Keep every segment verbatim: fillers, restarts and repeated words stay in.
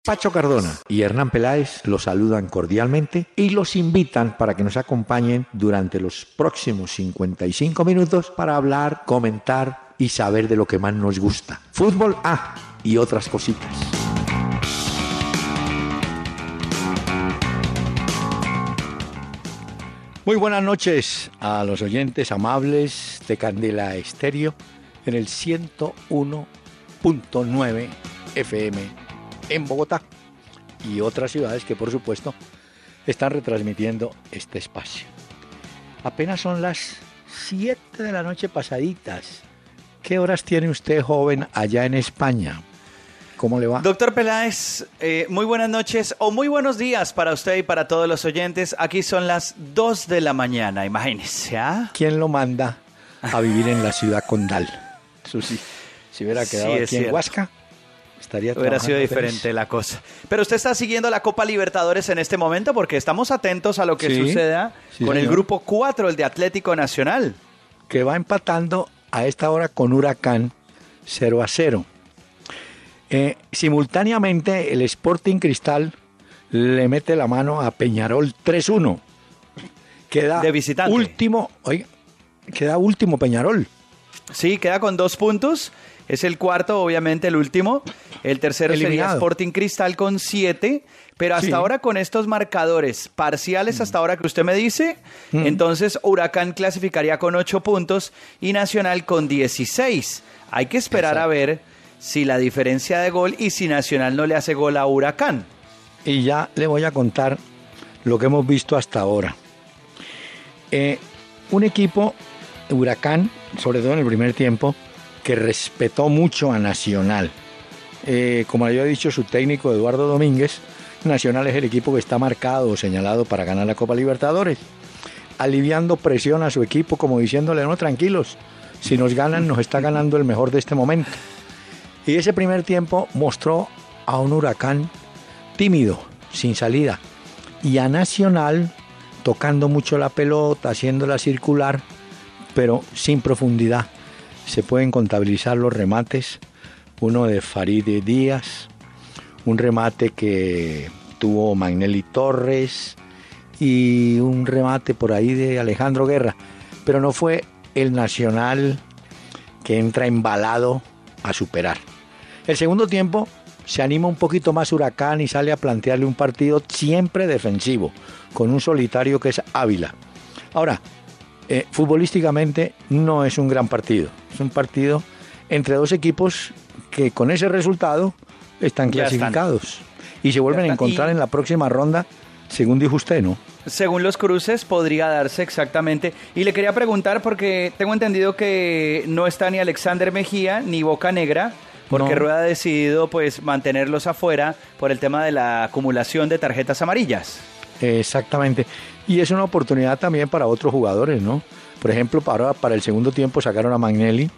Pacho Cardona y Hernán Peláez los saludan cordialmente y los invitan para que nos acompañen durante los próximos cincuenta y cinco minutos para hablar, comentar y saber de lo que más nos gusta. Fútbol A y otras cositas. Muy buenas noches a los oyentes amables de Candela Estéreo en el ciento uno punto nueve F M en Bogotá y otras ciudades que por supuesto están retransmitiendo este espacio. Apenas son las siete de la noche pasaditas. ¿Qué horas tiene usted, joven, allá en España? ¿Cómo le va? Doctor Peláez, eh, muy buenas noches o muy buenos días para usted y para todos los oyentes. Aquí son las dos de la mañana, imagínese, ¿ah? ¿Quién lo manda a vivir en la ciudad condal? Eso sí, si hubiera quedado Sí, aquí cierto. en Huasca, estaría Hubiera sido trabajando diferente feliz. la cosa. Pero usted está siguiendo la Copa Libertadores en este momento porque estamos atentos a lo que Sí, suceda sí, con el señor. grupo cuatro, el de Atlético Nacional. Que va empatando a esta hora con Huracán cero a cero. Eh, simultáneamente el Sporting Cristal le mete la mano a Peñarol tres uno. Queda De visitante. último, oiga, queda último Peñarol. Sí, queda con dos puntos. Es el cuarto, obviamente, el último. El tercero sería Eliminado. Sporting Cristal con siete. Pero hasta Sí. ahora con estos marcadores parciales, hasta ahora que usted me dice, Mm. entonces Huracán clasificaría con ocho puntos y Nacional con dieciséis. Hay que esperar Exacto. a ver si la diferencia de gol y si Nacional no le hace gol a Huracán. Y ya le voy a contar lo que hemos visto hasta ahora. Eh, un equipo, Huracán, sobre todo en el primer tiempo, que respetó mucho a Nacional. Eh, como había dicho su técnico Eduardo Domínguez, Nacional es el equipo que está marcado o señalado para ganar la Copa Libertadores, aliviando presión a su equipo como diciéndole, no, tranquilos, si nos ganan nos está ganando el mejor de este momento. Y ese primer tiempo mostró a un Huracán tímido, sin salida, y a Nacional tocando mucho la pelota, haciéndola circular, pero sin profundidad. Se pueden contabilizar los remates, uno de Farid Díaz, un remate que tuvo Magnelli Torres y un remate por ahí de Alejandro Guerra, pero no fue el Nacional que entra embalado a superar. El segundo tiempo se anima un poquito más Huracán y sale a plantearle un partido siempre defensivo, con un solitario que es Ávila. Ahora, eh, futbolísticamente no es un gran partido, es un partido entre dos equipos que con ese resultado están Ya están. clasificados y se vuelven a Ya están. encontrar Y- en la próxima ronda, según dijo usted, ¿no? Según los cruces podría darse exactamente. Y le quería preguntar porque tengo entendido que no está ni Alexander Mejía ni Boca Negra, porque No. Rueda ha decidido pues mantenerlos afuera por el tema de la acumulación de tarjetas amarillas. Exactamente. Y es una oportunidad también para otros jugadores, ¿no? Por ejemplo, para, para el segundo tiempo sacaron a Magnelli,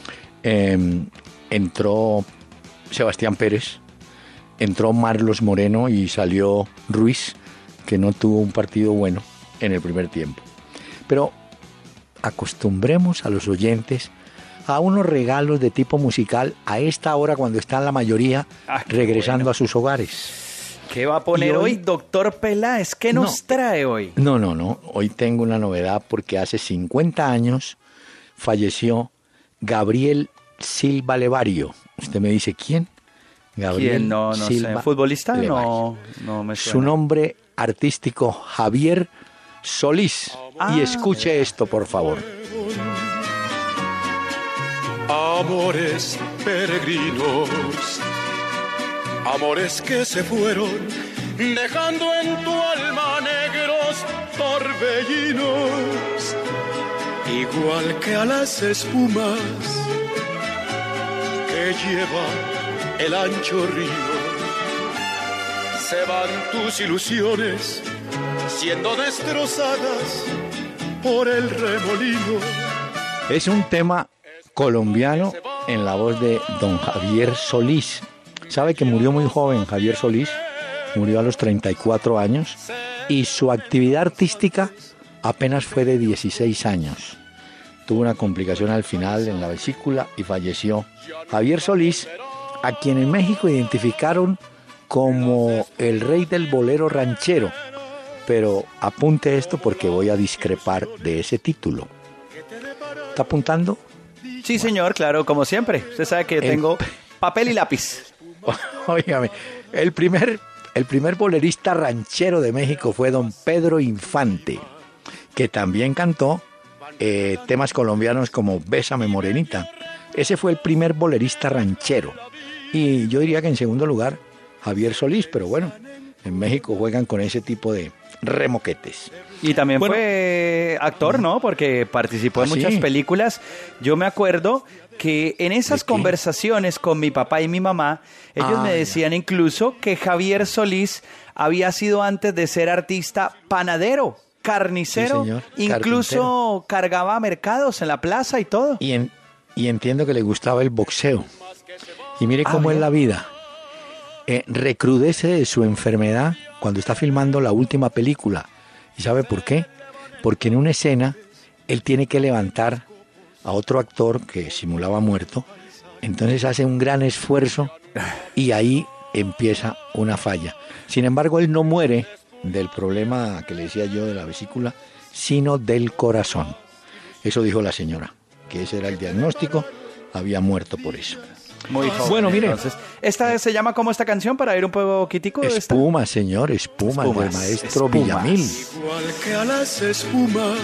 eh, entró Sebastián Pérez, entró Marlos Moreno y salió Ruiz, que no tuvo un partido bueno en el primer tiempo. Pero acostumbremos a los oyentes a unos regalos de tipo musical a esta hora cuando están la mayoría Ah, qué regresando bueno. a sus hogares. ¿Qué va a poner Y hoy- hoy, doctor Peláez? ¿Qué nos No. trae hoy? No, no, no. Hoy tengo una novedad porque hace cincuenta años falleció Gabriel Silva Levario. Usted me dice, ¿quién? ¿Quién? No, no sé. Silva ¿Futbolista? Levario. No, no me Su suena. nombre artístico, Javier Solís. Ah, y escuche esto, por favor. Amores peregrinos, amores que se fueron, dejando en tu alma negros torbellinos, igual que a las espumas que lleva el ancho río. Se van tus ilusiones, siendo destrozadas por el remolino. Es un tema colombiano en la voz de don Javier Solís. Sabe que murió muy joven Javier Solís, murió a los treinta y cuatro años y su actividad artística apenas fue de dieciséis años. Tuvo una complicación al final en la vesícula y falleció. Javier Solís, a quien en México identificaron como el rey del bolero ranchero, pero apunte esto porque voy a discrepar de ese título. ¿Está apuntando? Sí, señor, claro, como siempre. Usted sabe que El- tengo papel y lápiz. Óigame, el primer, el primer bolerista ranchero de México fue don Pedro Infante, que también cantó eh, temas colombianos como Bésame Morenita. Ese fue el primer bolerista ranchero. Y yo diría que en segundo lugar, Javier Solís, pero bueno, en México juegan con ese tipo de remoquetes. Y también Bueno. fue actor, ¿no? Porque participó en ¿Ah, muchas sí? películas. Yo me acuerdo que en esas ¿De qué? conversaciones con mi papá y mi mamá, ellos Ah, me ya. decían incluso que Javier Solís había sido antes de ser artista panadero, carnicero, Sí, señor, incluso cargaba mercados en la plaza y todo. Y, en- y entiendo que le gustaba el boxeo. Y mire Ah, cómo es bien. la vida. Eh, recrudece de su enfermedad cuando está filmando la última película. ¿Y sabe por qué? Porque en una escena él tiene que levantar a otro actor que simulaba muerto. Entonces hace un gran esfuerzo y ahí empieza una falla. Sin embargo, él no muere del problema que le decía yo de la vesícula, sino del corazón. Eso dijo la señora, que ese era el diagnóstico, había muerto por eso. Muy joven. Bueno, mire. Entonces, esta se llama ¿cómo esta canción? Para ir un poquitico de esta. Espuma, señor, espuma, Espumas, del maestro espumas. Villamil. Igual que a las espumas.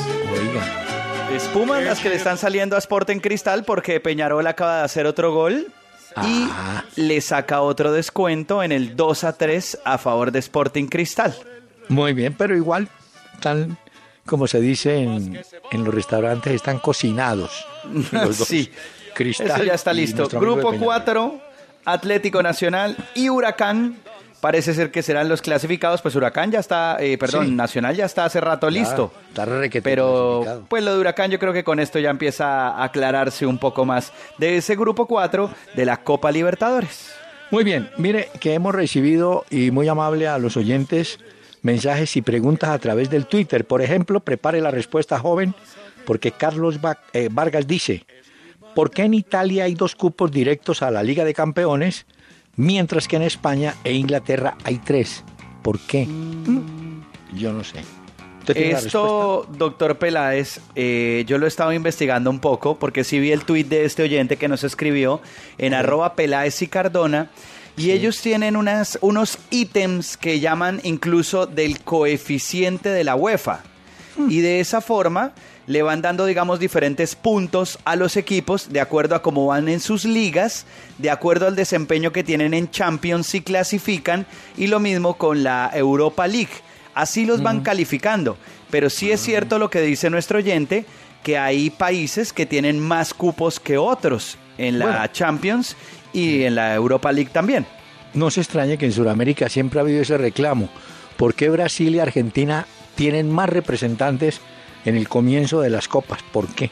Oiga, Espumas las que le están saliendo a Sporting Cristal porque Peñarol acaba de hacer otro gol y Ah. le saca otro descuento en el dos a tres a favor de Sporting Cristal. muy bien, pero igual, tan como se dice en, en los restaurantes, están cocinados. Los dos. Sí, Cristal eso ya está y listo. nuestro amigo de Grupo Peñarol. cuatro, Atlético Nacional y Huracán. Parece ser que serán los clasificados. Pues Huracán ya está, eh, perdón, Sí. Nacional ya está hace rato Ya, listo. está requete Pero clasificado. pues lo de Huracán yo creo que con esto ya empieza a aclararse un poco más de ese grupo cuatro de la Copa Libertadores. Muy bien, mire que hemos recibido, y muy amable a los oyentes, mensajes y preguntas a través del Twitter. Por ejemplo, prepare la respuesta, joven, porque Carlos Va- eh, Vargas dice, ¿por qué en Italia hay dos cupos directos a la Liga de Campeones, mientras que en España e Inglaterra hay tres? ¿Por qué? Mm, Yo no sé. ¿Usted tiene la respuesta? Esto, doctor Peláez, eh, yo lo he estado investigando un poco porque sí vi el tuit de este oyente que nos escribió en arroba Peláez y Cardona y ellos tienen unas, unos ítems que llaman incluso del coeficiente de la UEFA y de esa forma le van dando, digamos, diferentes puntos a los equipos de acuerdo a cómo van en sus ligas, de acuerdo al desempeño que tienen en Champions si clasifican y lo mismo con la Europa League. Así los van calificando, pero sí es cierto lo que dice nuestro oyente, que hay países que tienen más cupos que otros en la Bueno. Champions y en la Europa League también. No se extrañe que en Sudamérica siempre ha habido ese reclamo. ¿Por qué Brasil y Argentina tienen más representantes en el comienzo de las copas? ¿Por qué?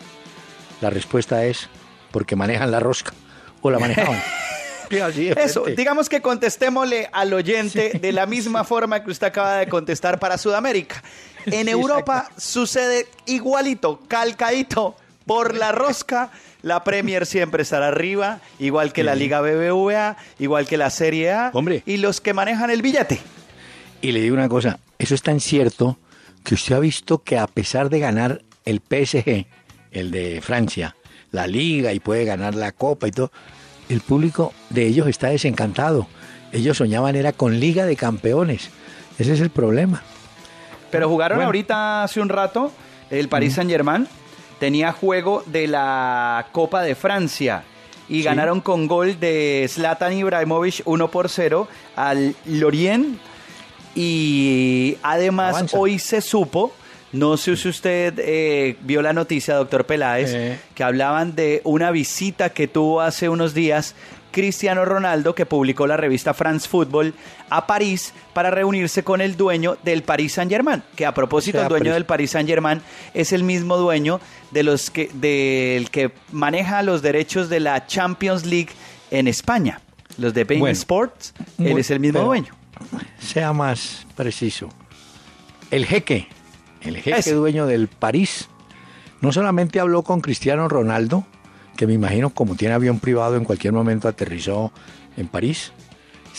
La respuesta es porque manejan la rosca o la manejaban. Sí, así de Eso, frente. digamos que contestémosle al oyente de la misma forma que usted acaba de contestar para Sudamérica. En Sí, Europa sucede igualito, calcadito, por la rosca. La Premier siempre estará arriba, igual que la Sí. Liga B B V A, igual que la Serie A. Hombre. Y los que manejan el billete. Y le digo una cosa, eso es tan cierto que usted ha visto que a pesar de ganar el P S G, el de Francia, la Liga y puede ganar la Copa y todo, el público de ellos está desencantado. Ellos soñaban era con Liga de Campeones. Ese es el problema. Pero jugaron Bueno. ahorita hace un rato, el Paris Saint-Germain tenía juego de la Copa de Francia y Sí. ganaron con gol de Zlatan Ibrahimovic uno por cero al Lorient y además Avanza. hoy se supo, no sé si usted eh, vio la noticia, doctor Peláez, Eh. que hablaban de una visita que tuvo hace unos días Cristiano Ronaldo, que publicó la revista France Football, a París para reunirse con el dueño del Paris Saint-Germain, que a propósito, O sea, el dueño París. del Paris Saint-Germain es el mismo dueño de los que, del que maneja los derechos de la Champions League en España, los de Bein Bueno, Sports, él muy- es el mismo pero- dueño. Sea más preciso. El jeque, el jeque Eso. dueño del París, no solamente habló con Cristiano Ronaldo, que me imagino como tiene avión privado en cualquier momento aterrizó en París,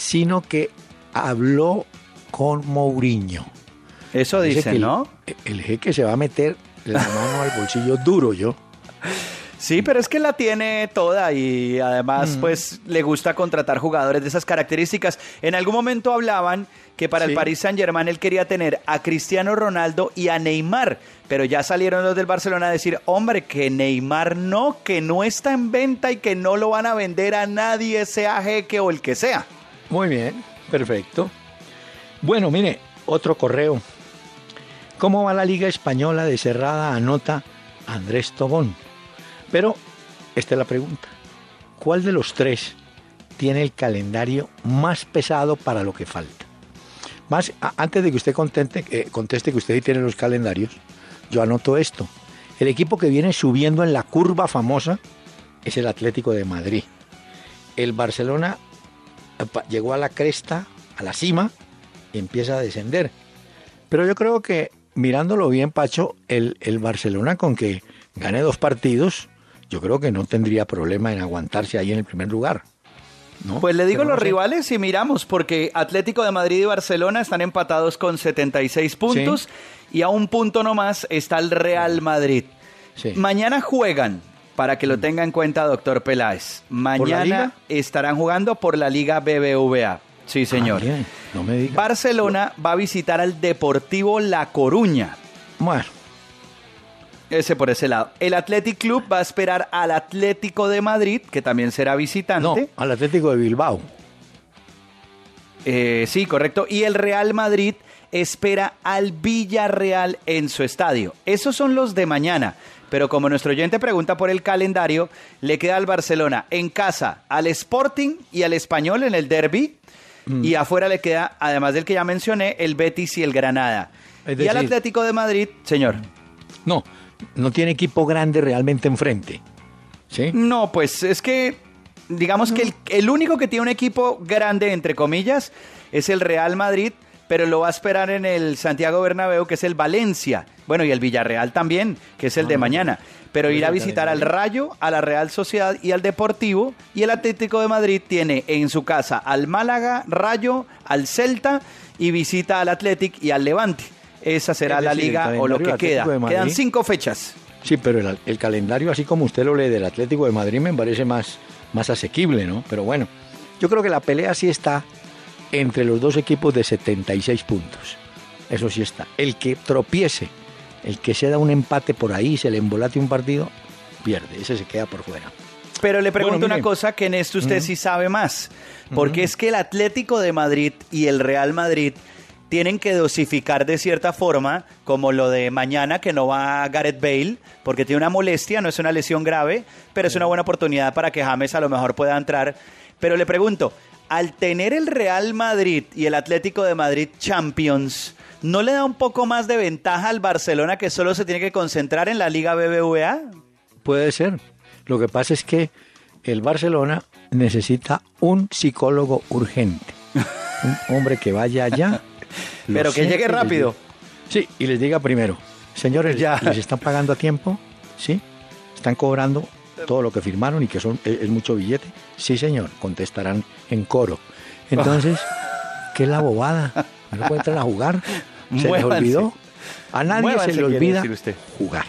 sino que habló con Mourinho. Eso Dice dicen, que el- ¿no? El jeque se va a meter la mano al bolsillo duro, yo. Sí, pero es que la tiene toda y además pues le gusta contratar jugadores de esas características. En algún momento hablaban que para Sí. el Paris Saint-Germain él quería tener a Cristiano Ronaldo y a Neymar, pero ya salieron los del Barcelona a decir, hombre, que Neymar no, que no está en venta y que no lo van a vender a nadie, sea jeque o el que sea. Muy bien, perfecto. Bueno, mire, otro correo. ¿Cómo va la Liga Española de cerrada? Anota Andrés Tobón. Pero esta es la pregunta. ¿Cuál de los tres tiene el calendario más pesado para lo que falta? Más, a- antes de que usted contente, eh, conteste que usted sí tiene los calendarios, yo anoto esto. El equipo que viene subiendo en la curva famosa es el Atlético de Madrid. El Barcelona eh, pa- llegó a la cresta, a la cima, y empieza a descender. Pero yo creo que, mirándolo bien, Pacho, el, el Barcelona con que gane dos partidos, yo creo que no tendría problema en aguantarse ahí en el primer lugar, ¿no? Pues le digo Pero no los sé. rivales y miramos, porque Atlético de Madrid y Barcelona están empatados con setenta y seis puntos y a un punto nomás está el Real Madrid. Sí. Mañana juegan, para que lo tenga en cuenta doctor Peláez, mañana Liga? estarán jugando por la Liga B B V A. Sí, señor. Ah, bien, no me diga. Barcelona va a visitar al Deportivo La Coruña. Bueno, Ese por ese lado. El Athletic Club va a esperar al Atlético de Madrid, que también será visitante. no, al Atlético de Bilbao. Eh, sí, correcto. Y el Real Madrid espera al Villarreal en su estadio. Esos son los de mañana. Pero como nuestro oyente pregunta por el calendario, le queda al Barcelona en casa, al Sporting y al Español en el derbi. Mm. Y afuera le queda, además del que ya mencioné, el Betis y el Granada. Es y al decir- Atlético de Madrid, señor. No, no tiene equipo grande realmente enfrente. ¿Sí? No, pues es que, digamos que el, el único que tiene un equipo grande, entre comillas, es el Real Madrid, pero lo va a esperar en el Santiago Bernabéu, que es el Valencia. Bueno, y el Villarreal también, que es el de Ah, mañana. Pero pues irá a el visitar al calendario. Rayo, a la Real Sociedad y al Deportivo. Y el Atlético de Madrid tiene en su casa al Málaga, Rayo, al Celta y visita al Atlético y al Levante. Esa será Es la decir, el liga o lo calendario que del queda. Atlético de Madrid- Quedan cinco fechas. Sí, pero el, el calendario, así como usted lo lee del Atlético de Madrid, me parece más, más asequible, ¿no? Pero bueno, yo creo que la pelea sí está entre los dos equipos de setenta y seis puntos. Eso sí está. El que tropiece, el que se da un empate por ahí, se le embolate un partido, pierde. Ese se queda por fuera. Pero le pregunto Bueno, una mire. cosa que en esto usted sí sabe más, porque es que el Atlético de Madrid y el Real Madrid tienen que dosificar de cierta forma, como lo de mañana que no va Gareth Bale, porque tiene una molestia, no es una lesión grave, pero es una buena oportunidad para que James a lo mejor pueda entrar. Pero le pregunto, al tener el Real Madrid y el Atlético de Madrid Champions, ¿no le da un poco más de ventaja al Barcelona que solo se tiene que concentrar en la Liga B B V A? Puede ser. Lo que pasa es que el Barcelona necesita un psicólogo urgente. Un hombre que vaya allá. lo Pero que siente llegue y les rápido. diga- Sí, y les diga primero, señores, Ya. ¿les están pagando a tiempo? ¿Sí? ¿Están cobrando todo lo que firmaron y que son es, es mucho billete? Sí, señor, contestarán en coro. Entonces, ¿qué es la bobada? ¿No pueden entrar a jugar? ¿Se les Muévanse. olvidó? A nadie Muévanse, se le quiere olvida decir usted. jugar.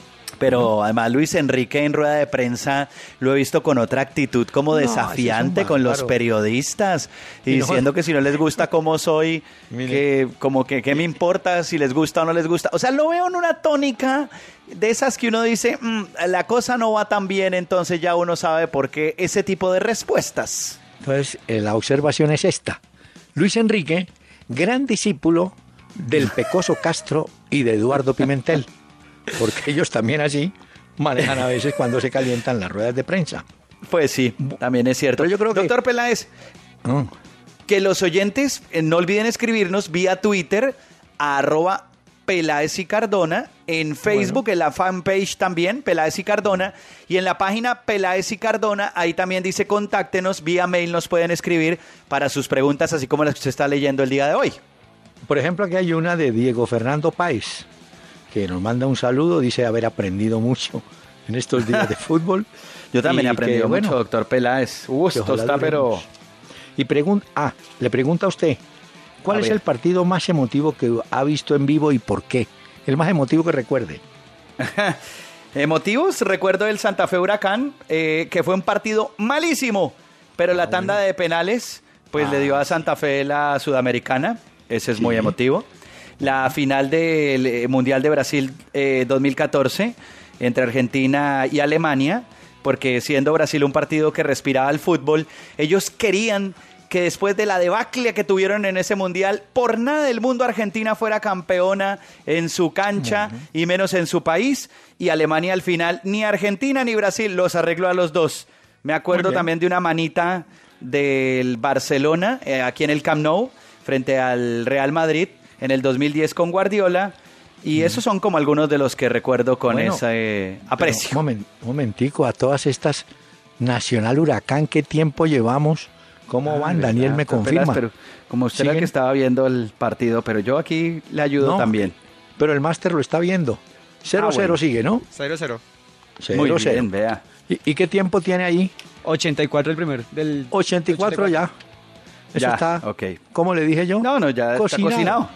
Pero además Luis Enrique en rueda de prensa lo he visto con otra actitud como No, ese es un desafiante con los bárbaro. periodistas y Y no- diciendo que si no les gusta cómo soy, Mire. que como que qué me importa si les gusta o no les gusta. O sea, lo veo en una tónica de esas que uno dice, "Mm, la cosa no va tan bien", entonces ya uno sabe por qué ese tipo de respuestas. Entonces, eh, la observación es esta. Luis Enrique, gran discípulo del Pecoso Castro y de Eduardo Pimentel, porque ellos también así manejan a veces cuando se calientan las ruedas de prensa. Pues sí, también es cierto. Pero yo creo que- Doctor Peláez, Ah, que los oyentes eh, no olviden escribirnos vía Twitter a arroba Peláez y Cardona, en Facebook, en la fanpage también, Peláez y Cardona, y en la página Peláez y Cardona, ahí también dice contáctenos, vía mail nos pueden escribir para sus preguntas, así como las que usted está leyendo el día de hoy. Por ejemplo, aquí hay una de Diego Fernando Páez, que nos manda un saludo, dice haber aprendido mucho en estos días de fútbol. Yo también Y he aprendido que, mucho, bueno, doctor Peláez. Uh, que esto ojalá está, pero... duremos. Y pregunta, ah, le pregunta a usted, ¿cuál A es ver. el partido más emotivo que ha visto en vivo y por qué? El más emotivo que recuerde. Emotivos, recuerdo el Santa Fe Huracán, eh, que fue un partido malísimo, pero la tanda de penales, pues Ah, le dio a Santa Fe la Sudamericana, ese es Sí. muy emotivo. La final del eh, Mundial de Brasil eh, dos mil catorce, entre Argentina y Alemania, porque siendo Brasil un partido que respiraba el fútbol, ellos querían que después de la debacle que tuvieron en ese mundial, por nada del mundo Argentina fuera campeona en su cancha y menos en su país, y Alemania al final, ni Argentina ni Brasil los arregló a los dos. Me acuerdo Muy bien. también de una manita del Barcelona, eh, aquí en el Camp Nou, frente al Real Madrid, en el dos mil diez con Guardiola, y esos son como algunos de los que recuerdo con Bueno, ese Pero, aprecio. un, momen- un momentico, a todas estas Nacional Huracán, ¿qué tiempo llevamos? ¿Cómo Ah, van? verdad, Daniel me doctor confirma. Peláez, pero como usted era el ¿Siguen? que estaba viendo el partido, pero yo aquí le ayudo No, también. Pero el máster lo está viendo. cero cero Ah, bueno. sigue, ¿no? cero cero. cero Muy cero. bien, vea. ¿Y, y qué tiempo tiene ahí? ochenta y cuatro el primero. Del ochenta y cuatro ya. Eso Ya, está, ok. ¿cómo le dije yo? No, no, ya está cocinado.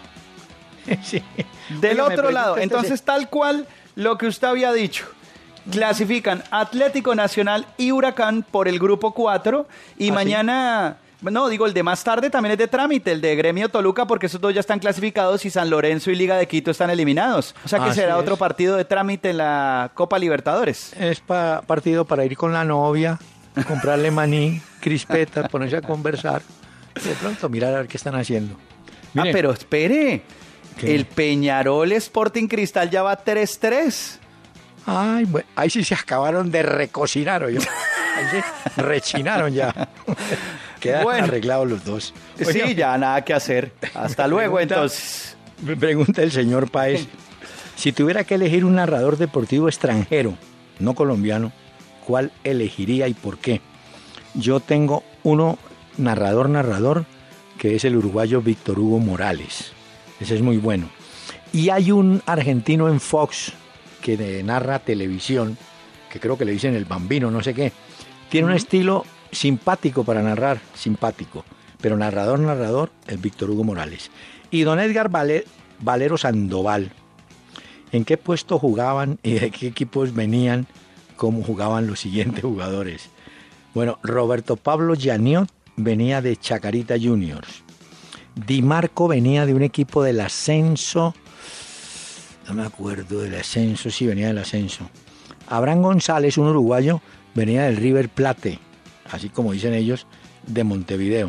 Sí. Del Oiga, me otro lado, pregunta entonces tal cual lo que usted había dicho. Clasifican Atlético Nacional y Huracán por el grupo cuatro y ¿Ah, mañana, no, digo, el de más tarde también es de trámite, el de Gremio Toluca, porque esos dos ya están clasificados y San Lorenzo y Liga de Quito están eliminados. O sea que Así será es. otro partido de trámite en la Copa Libertadores. Es pa- partido para ir con la novia, comprarle maní, crispetas, ponerse a conversar. De pronto mirar a ver qué están haciendo. Mire, Ah, pero espere. ¿Qué? El Peñarol Sporting Cristal ya va tres tres. Ay, bueno, ahí sí se acabaron de recocinar, oye. Ahí se rechinaron ya. Quedan Bueno. arreglados los dos. Oiga, Sí, ya nada que hacer. Hasta luego, pregunta- entonces. Me pregunta el señor Páez, si tuviera que elegir un narrador deportivo extranjero, no colombiano, ¿cuál elegiría y por qué? Yo tengo uno, narrador, narrador, que es el uruguayo Víctor Hugo Morales. Ese es muy bueno. Y hay un argentino en Fox que de- narra televisión, que creo que le dicen el Bambino, no sé qué. Tiene un estilo simpático para narrar, simpático. Pero narrador, narrador, el Víctor Hugo Morales. Y don Edgar Vale- Valero Sandoval. ¿En qué puesto jugaban y de qué equipos venían? ¿Cómo jugaban los siguientes jugadores? Bueno, Roberto Pablo Llaniot venía de Chacarita Juniors. Di Marco venía de un equipo del ascenso. No me acuerdo del ascenso, sí venía del ascenso. Abraham González, un uruguayo, venía del River Plate, así como dicen ellos, de Montevideo.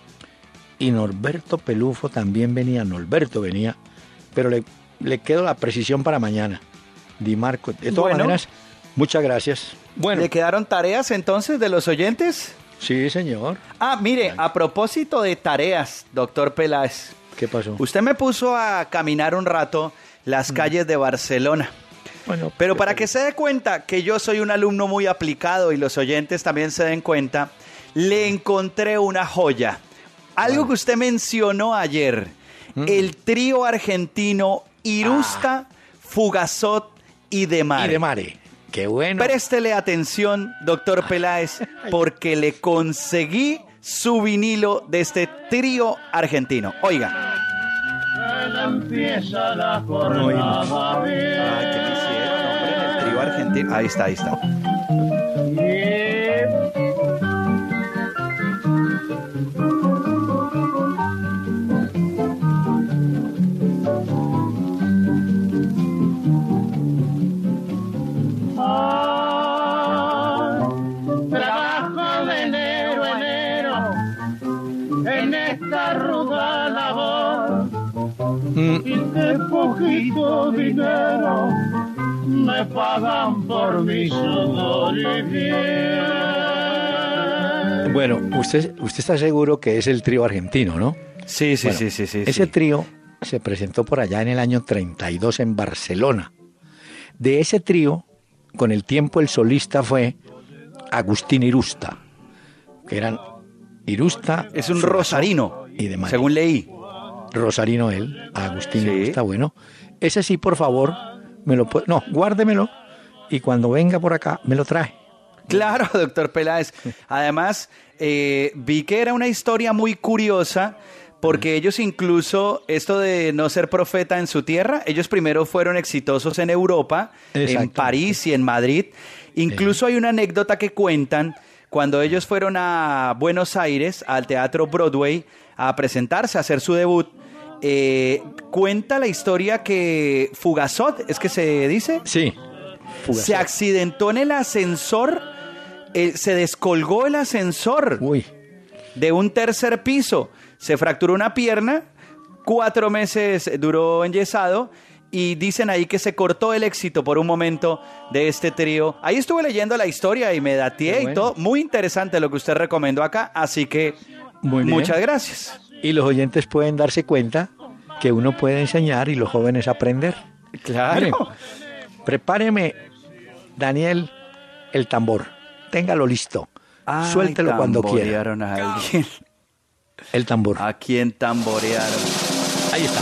Y Norberto Pelufo también venía, Norberto venía, pero le, le quedo la precisión para mañana. Di Marco, de todas Bueno. maneras, muchas gracias. Bueno, ¿Le quedaron tareas entonces de los oyentes? sí, señor. Ah, mire, a propósito de tareas, doctor Peláez, ¿Qué pasó? usted me puso a caminar un rato las calles de Barcelona. Bueno, Pero ¿qué para tal? que se dé cuenta que yo soy un alumno muy aplicado y los oyentes también se den cuenta, le encontré una joya. Algo que usted mencionó ayer, el trío argentino Irusta, Fugazot y De Mare. Y de Mare, qué bueno. Préstele atención, doctor Peláez, porque le conseguí su vinilo de este trío argentino. Oiga. Empieza la No oímos. jornada bien. Ay, ¿qué me hicieron, hombre? En el trío argentino. Ahí está, ahí está. Ah, trabajo de enero a enero en esta ruda labor Mm, y de poquito dinero me pagan por mi sudor y bien. bueno, usted, usted está seguro que es el trío argentino, ¿no? Sí, sí, Bueno, sí, sí, sí. Ese sí. trío se presentó por allá en el año treinta y dos en Barcelona. De ese trío, con el tiempo el solista fue Agustín Irusta, que eran Irusta... Es un Fugazot rosarino, y De Mare. según leí. Rosarino él, Agustín Sí. Irusta, bueno. Ese sí, por favor, me lo puede... No, guárdemelo y cuando venga por acá me lo trae. Claro, doctor Peláez. Además, eh, vi que era una historia muy curiosa porque ellos incluso, esto de no ser profeta en su tierra, ellos primero fueron exitosos en Europa, Exacto. en París y en Madrid. Incluso hay una anécdota que cuentan cuando ellos fueron a Buenos Aires, al Teatro Broadway, a presentarse, a hacer su debut. Eh, cuenta la historia que Fugazot, ¿es que se dice? Sí. Fugazot. Se accidentó en el ascensor, eh, se descolgó el ascensor Uy. de un tercer piso, se fracturó una pierna, cuatro meses duró enyesado y dicen ahí que se cortó el éxito por un momento de este trío. Ahí estuve leyendo la historia y me dateé bueno. y todo, muy interesante lo que usted recomendó acá, así que Muy bien. muchas gracias. Y los oyentes pueden darse cuenta que uno puede enseñar y los jóvenes aprender. Claro. Miren, prepáreme, Daniel, el tambor. Téngalo listo. Ay, Suéltelo cuando quiera. tamborearon a alguien. El tambor. ¿A quién tamborearon? Ahí está.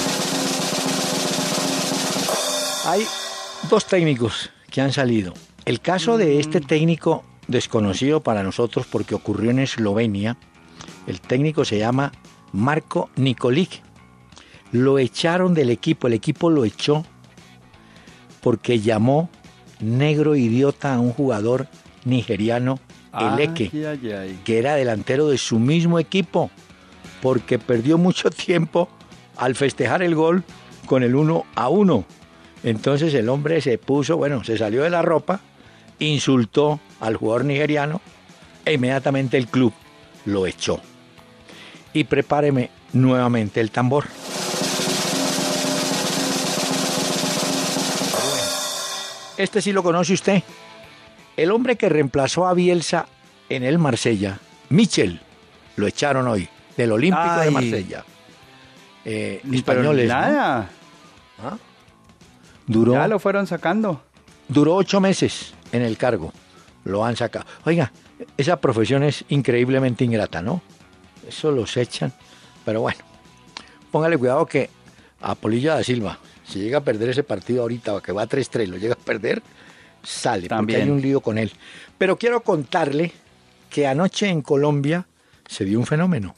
Hay dos técnicos que han salido. El caso de este técnico desconocido para nosotros porque ocurrió en Eslovenia, el técnico se llama Marko Nikolic. Lo echaron del equipo, el equipo lo echó porque llamó negro idiota a un jugador nigeriano, Eleke, Ay, ay, ay. que era delantero de su mismo equipo, porque perdió mucho tiempo al festejar el gol con el uno a uno. Entonces el hombre se puso, bueno, se salió de la ropa, insultó al jugador nigeriano e inmediatamente el club lo echó. Y prepáreme nuevamente el tambor. Este sí lo conoce usted. El hombre que reemplazó a Bielsa en el Marsella, Michel, lo echaron hoy, del Olímpico Ay. de Marsella. Eh, Pero españoles, ¿no? nada, ¿Ah? Duró, ya lo fueron sacando. duró ocho meses en el cargo. Lo han sacado. Oiga, esa profesión es increíblemente ingrata, ¿no? Eso los echan. Pero bueno, póngale cuidado que a Polillo da Silva, si llega a perder ese partido ahorita, que va a tres tres, lo llega a perder, sale, También. porque hay un lío con él. Pero quiero contarle que anoche en Colombia se dio un fenómeno.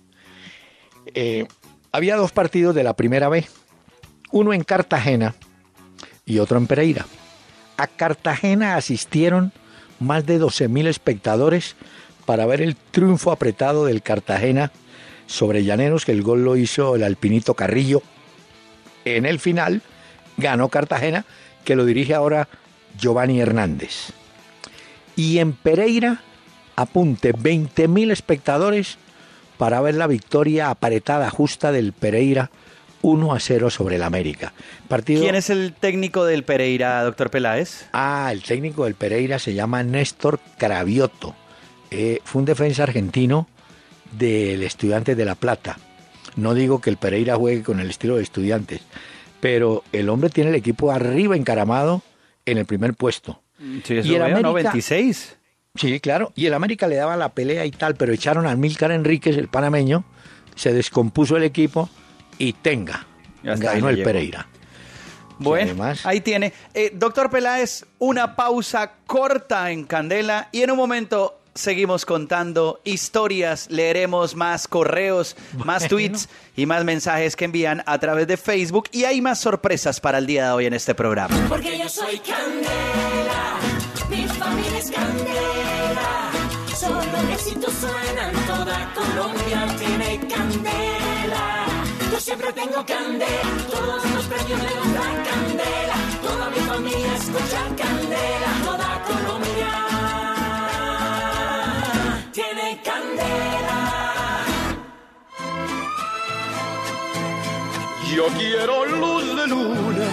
Eh, había dos partidos de la primera B, uno en Cartagena y otro en Pereira. A Cartagena asistieron más de doce mil espectadores para ver el triunfo apretado del Cartagena sobre Llaneros, que el gol lo hizo el alpinito Carrillo. En el final ganó Cartagena, que lo dirige ahora Giovanni Hernández. Y en Pereira, apunte, veinte mil espectadores para ver la victoria apretada justa del Pereira uno a cero sobre el América. Partido... ¿Quién es el técnico del Pereira, doctor Peláez? Ah, el técnico del Pereira se llama Néstor Cravioto. Eh, fue un defensa argentino del Estudiantes de La Plata. No digo que el Pereira juegue con el estilo de Estudiantes, pero el hombre tiene el equipo arriba encaramado en el primer puesto. Sí, eso Y el veo, ¿no? América- veintiséis. Sí, claro. Y el América le daba la pelea y tal, pero echaron a Amílcar Enríquez, el panameño, se descompuso el equipo y tenga, Y hasta ahí ganó no el llegó. Pereira. Bueno, además- ahí tiene. Eh, doctor Peláez, una pausa corta en Candela y en un momento seguimos contando historias, leeremos más correos, más Bueno. tweets y más mensajes que envían a través de Facebook y hay más sorpresas para el día de hoy en este programa. Porque yo soy Candela, mi familia es Candela. Solo éxitos suenan, toda Colombia tiene Candela. Yo siempre tengo Candela, todos los premios me los dan Candela. Toda mi familia escucha Candela, toda Colombia tiene Candela. Yo quiero luz de luna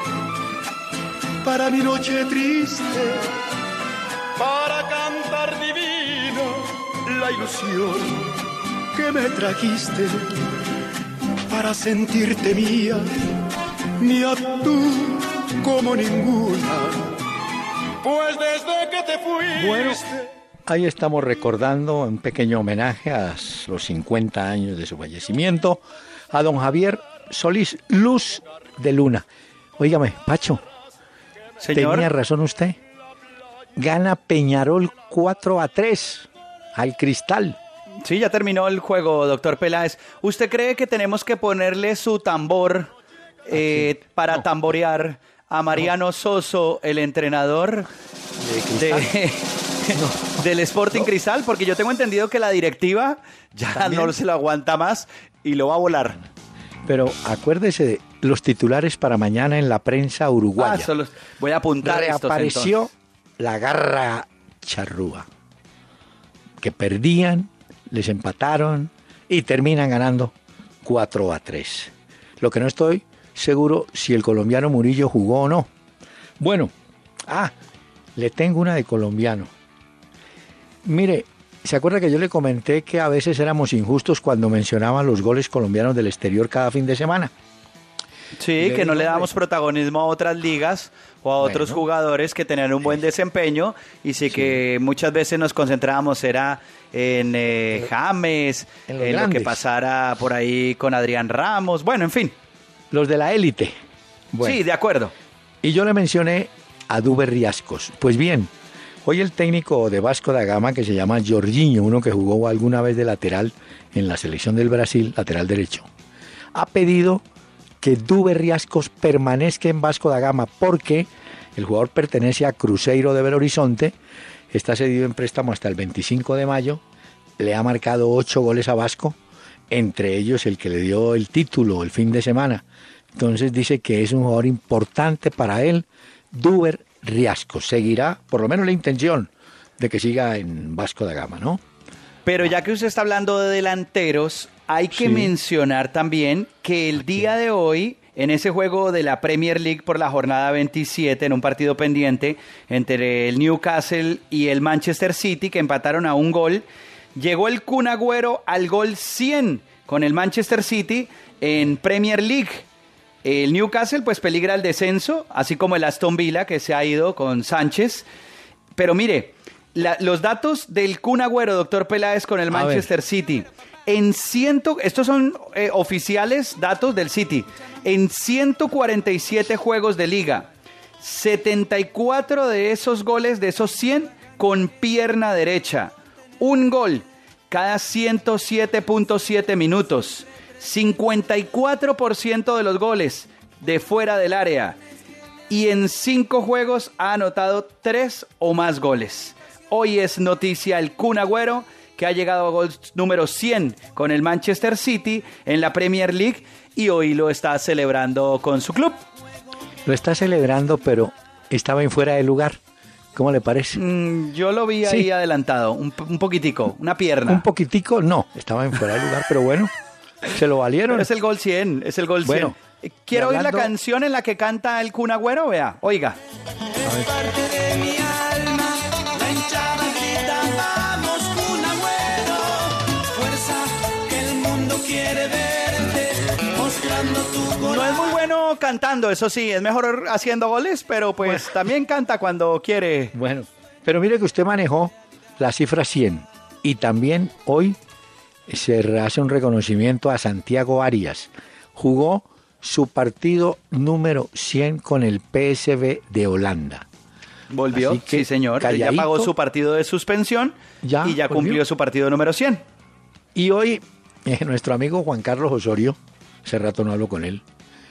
para mi noche triste, para cantar divino la ilusión que me trajiste, para sentirte mía, mía tú como ninguna, pues desde que te fuiste. Bueno, ahí estamos recordando un pequeño homenaje a los cincuenta años de su fallecimiento a don Javier Solís, Luz de Luna. Óigame, Pacho, Señor, tenía razón usted. gana Peñarol cuatro a tres al Cristal. Sí, ya terminó el juego, doctor Peláez. ¿Usted cree que tenemos que ponerle su tambor eh, para No. tamborear a Mariano Soso, el entrenador De de, del Sporting Cristal? Porque yo tengo entendido que la directiva ya ¿También? no se lo aguanta más y lo va a volar. Pero acuérdese de los titulares para mañana en la prensa uruguaya. Ah, solo voy a apuntar estos, Reapareció entonces. la garra charrúa. Que perdían, les empataron y terminan ganando cuatro a tres. Lo que no estoy seguro si el colombiano Murillo jugó o no. Bueno, ah, le tengo una de colombiano. Mire, ¿se acuerda que yo le comenté que a veces éramos injustos cuando mencionaban los goles colombianos del exterior cada fin de semana? Sí, Le que no digo, le damos hombre. protagonismo a otras ligas o a otros Bueno. jugadores que tenían un buen desempeño y sí, que muchas veces nos concentrábamos era en eh, James, en en, los lo que grandes. pasara por ahí con Adrián Ramos, bueno, en fin. Los de la élite. Bueno. Sí, de acuerdo. Y yo le mencioné a Duber Riascos. Pues bien, hoy el técnico de Vasco da Gama, que se llama Jorginho, uno que jugó alguna vez de lateral en la selección del Brasil, lateral derecho, ha pedido que Duber Riascos permanezca en Vasco da Gama porque el jugador pertenece a Cruzeiro de Belo Horizonte, está cedido en préstamo hasta el veinticinco de mayo, le ha marcado ocho goles a Vasco, entre ellos el que le dio el título el fin de semana. Entonces dice que es un jugador importante para él, Duber Riascos. Seguirá, por lo menos la intención de que siga en Vasco da Gama, ¿no? Pero ya que usted está hablando de delanteros, hay que Sí. mencionar también que el día de hoy, en ese juego de la Premier League por la jornada veintisiete, en un partido pendiente entre el Newcastle y el Manchester City, que empataron a un gol, llegó el Kun Agüero al gol cien con el Manchester City en Premier League. El Newcastle pues peligra el descenso, así como el Aston Villa, que se ha ido con Sánchez. Pero mire, la- los datos del Kun Agüero, doctor Peláez, con el A Manchester City. En ciento, estos son eh, oficiales datos del City. En ciento cuarenta y siete juegos de liga, setenta y cuatro de esos goles, de esos cien, con pierna derecha. Un gol cada ciento siete punto siete minutos. cincuenta y cuatro por ciento de los goles de fuera del área. Y en cinco juegos ha anotado tres o más goles. Hoy es noticia el Kun Agüero, que ha llegado a gol número cien con el Manchester City en la Premier League y hoy lo está celebrando con su club. Lo está celebrando, pero estaba en fuera de lugar. ¿Cómo le parece? Mm, yo lo vi ahí Sí. adelantado, un, un poquitico, una pierna. Un poquitico, no, estaba en fuera de lugar, pero bueno, se lo valieron. Pero es el gol cien, es el gol cien. Bueno, Eh, ¿Quiere oír la hablando- canción en la que canta el Kun Agüero? Vea, oiga. Parte de mi alma, la hinchada grita, vamos Kun Agüero, fuerza que el mundo quiere verte, mostrando tu corazón. No es muy bueno cantando, eso sí, es mejor haciendo goles, pero pues también canta cuando quiere. Bueno, pero mire que usted manejó la cifra cien y también hoy se hace un reconocimiento a Santiago Arias. Jugó su partido número cien con el P S V de Holanda. Volvió, Así que, sí señor, ya calladito. pagó su partido de suspensión Ya, y ya volvió. cumplió su partido número cien. Y hoy eh, nuestro amigo Juan Carlos Osorio, hace rato no hablo con él,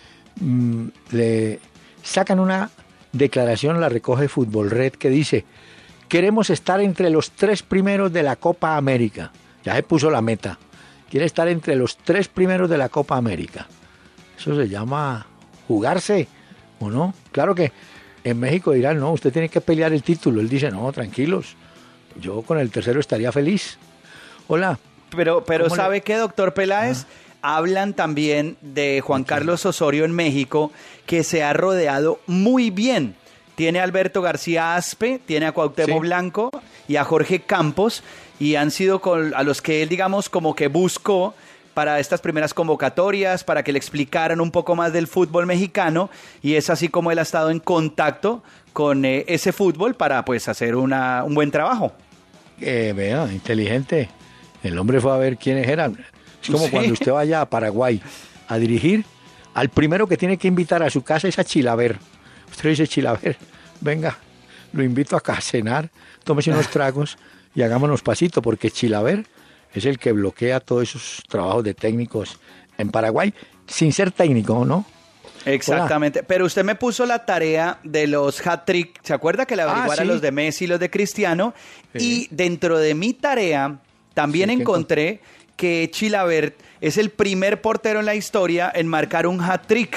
mm, le sacan una declaración, la recoge Fútbol Red, que dice: queremos estar entre los tres primeros de la Copa América. Ya se puso la meta. Quiere estar entre los tres primeros de la Copa América. Eso se llama jugarse, ¿o no? Claro que en México dirán, no, usted tiene que pelear el título. Él dice, no, tranquilos, yo con el tercero estaría feliz. Hola. Pero, pero ¿Cómo le- ¿sabe qué, doctor Peláez? Hablan también de Juan Carlos Osorio en México, que se ha rodeado muy bien. Tiene a Alberto García Aspe, tiene a Cuauhtémoc Sí. Blanco y a Jorge Campos, y han sido con, a los que él, digamos, como que buscó para estas primeras convocatorias, para que le explicaran un poco más del fútbol mexicano, y es así como él ha estado en contacto con eh, ese fútbol para pues hacer una, un buen trabajo. Eh, vea, inteligente. El hombre fue a ver quiénes eran. Es como Sí. cuando usted vaya a Paraguay a dirigir, al primero que tiene que invitar a su casa es a Chilaver. Usted le dice, Chilaver, venga, lo invito acá a cenar, tómese unos tragos y hagámonos pasito, porque Chilaver es el que bloquea todos esos trabajos de técnicos en Paraguay, sin ser técnico, ¿no? Exactamente, Hola. Pero usted me puso la tarea de los hat-trick, ¿se acuerda que le averiguara ah, ¿sí? los de Messi y los de Cristiano? Sí. Y dentro de mi tarea también sí, encontré que Chilaver es el primer portero en la historia en marcar un hat-trick.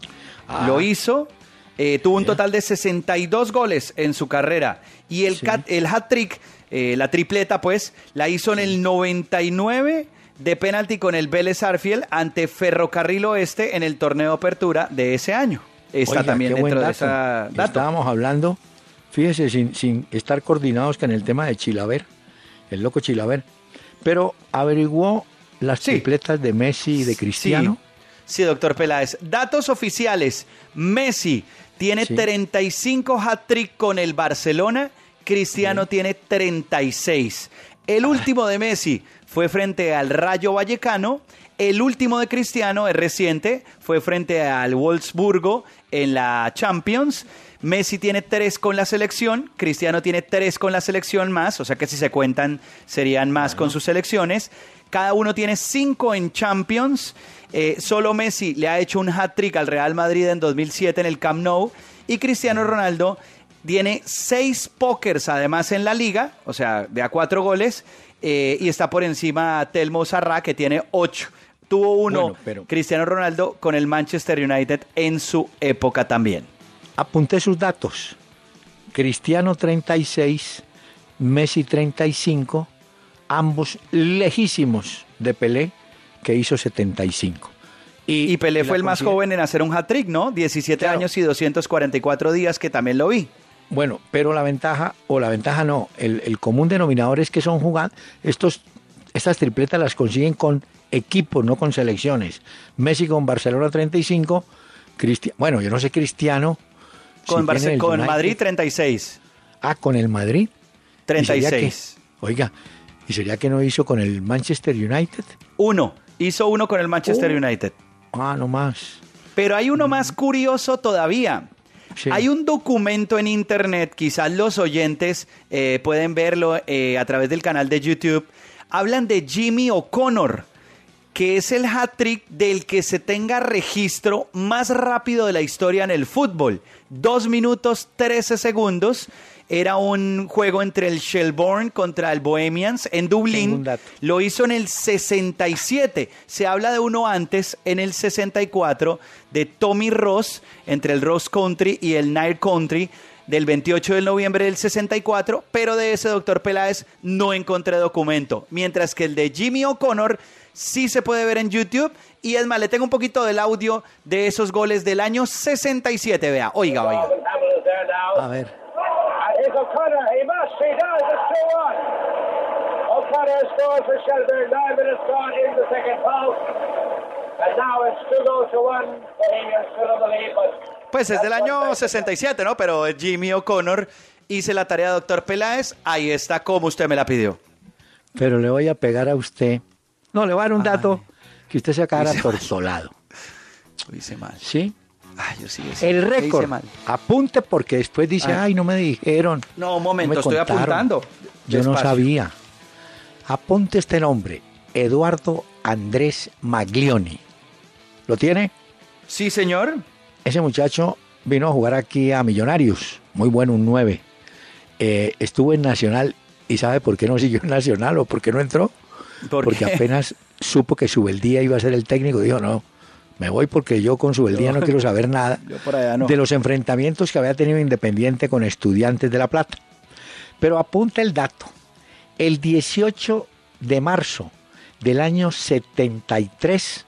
Ah. Lo hizo, eh, tuvo un total de sesenta y dos goles en su carrera. Y el, sí. el hat-trick, eh, la tripleta pues, la hizo en el noventa y nueve de penalti con el Vélez Sarsfield ante Ferrocarril Oeste en el torneo de apertura de ese año. Está Oiga, también dentro de esa dato. Estábamos hablando, fíjese, sin, sin estar coordinados con el tema de Chilaver, el loco Chilaver, pero averiguó las sí. tripletas de Messi y de Cristiano. Sí, sí, doctor Peláez. Datos oficiales. Messi tiene sí. treinta y cinco hat-trick con el Barcelona, Cristiano sí. tiene treinta y seis. El último de Messi fue frente al Rayo Vallecano. El último de Cristiano, es reciente, fue frente al Wolfsburgo en la Champions. Messi tiene tres con la selección, Cristiano tiene tres con la selección más, o sea que si se cuentan serían más con sus selecciones. Cada uno tiene cinco en Champions. Eh, solo Messi le ha hecho un hat-trick al Real Madrid en dos mil siete en el Camp Nou. Y Cristiano Ronaldo tiene seis pókers además en la liga, o sea, de a cuatro goles. Eh, y está por encima Telmo Zarra, que tiene ocho. Tuvo uno, bueno, pero... Cristiano Ronaldo, con el Manchester United en su época también. Apunté sus datos. Cristiano treinta y seis, Messi treinta y cinco, ambos lejísimos de Pelé, que hizo setenta y cinco. Y, y Pelé fue el más joven en hacer un hat-trick, ¿no? diecisiete claro. años y doscientos cuarenta y cuatro días, que también lo vi. Bueno, pero la ventaja, o la ventaja no, el, el común denominador es que son jugando, estos, estas tripletas las consiguen con equipos, no con selecciones. Messi con Barcelona treinta y cinco, Cristiano, bueno, yo no sé Cristiano. Con, si Barce con Madrid treinta y seis. Ah, con el Madrid. treinta y seis. Que, oiga, ¿y sería que no hizo con el Manchester United? Uno, hizo uno con el Manchester uh, United. Ah, no más. Pero hay uno más curioso todavía. Sí. Hay un documento en internet, quizás los oyentes eh, pueden verlo eh, a través del canal de YouTube. Hablan de Jimmy O'Connor, que es el hat-trick del que se tenga registro más rápido de la historia en el fútbol. Dos minutos trece segundos. Era un juego entre el Shelbourne contra el Bohemians en Dublín. Lo hizo en el sesenta y siete. Se habla de uno antes, en el sesenta y cuatro, de Tommy Ross, entre el Ross Country y el Nairn Country, del veintiocho de noviembre del sesenta y cuatro, pero de ese, doctor Peláez, no encontré documento. Mientras que el de Jimmy O'Connor sí se puede ver en YouTube. Y es más, le tengo un poquito del audio de esos goles del año sesenta y siete. Vea, oiga, oiga. A ver. It's O'Connor, he must, he does, it's two one. O'Connor scores for Shelburne, nine minutes gone in the second half. And now it's two goals to one, Bohemians still on the lead, but... Pues es del año sesenta y siete, ¿no? Pero Jimmy O'Connor, hice la tarea, doctor Peláez, ahí está como usted me la pidió. Pero le voy a pegar a usted, no, le voy a dar un dato, ay, que usted se acabara tortolado. Lo hice mal. ¿Sí? Ay, yo sí, sí, el récord, apunte porque después dice, ay, ay no me dijeron. No, un momento, no estoy contaron. apuntando. Yo Despacio. no sabía. Apunte este nombre, Eduardo Andrés Maglioni. ¿Lo tiene? Sí, señor. Ese muchacho vino a jugar aquí a Millonarios, muy bueno, un nueve. Eh, estuvo en Nacional, ¿y sabe por qué no siguió en Nacional o por qué no entró? ¿Por porque qué? Apenas supo que Subeldía iba a ser el técnico, dijo, no, me voy porque yo con Subeldía no quiero saber nada yo por allá no. de los enfrentamientos que había tenido Independiente con Estudiantes de La Plata. Pero apunta el dato. El dieciocho de marzo del año setenta y tres,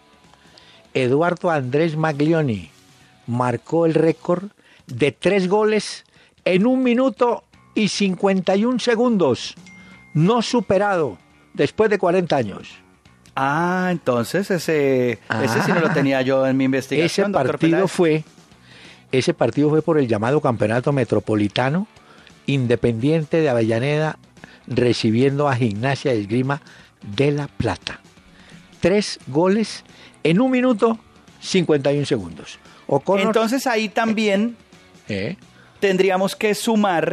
Eduardo Andrés Maglioni marcó el récord de tres goles en un minuto y cincuenta y un segundos, no superado después de cuarenta años. Ah, entonces ese, ah, ese sí no lo tenía yo en mi investigación. Ese partido fue, ese partido fue por el llamado Campeonato Metropolitano, Independiente de Avellaneda recibiendo a Gimnasia de Esgrima de La Plata. Tres goles en un minuto cincuenta y un segundos. O'Connor, entonces ahí también ¿eh? tendríamos que sumar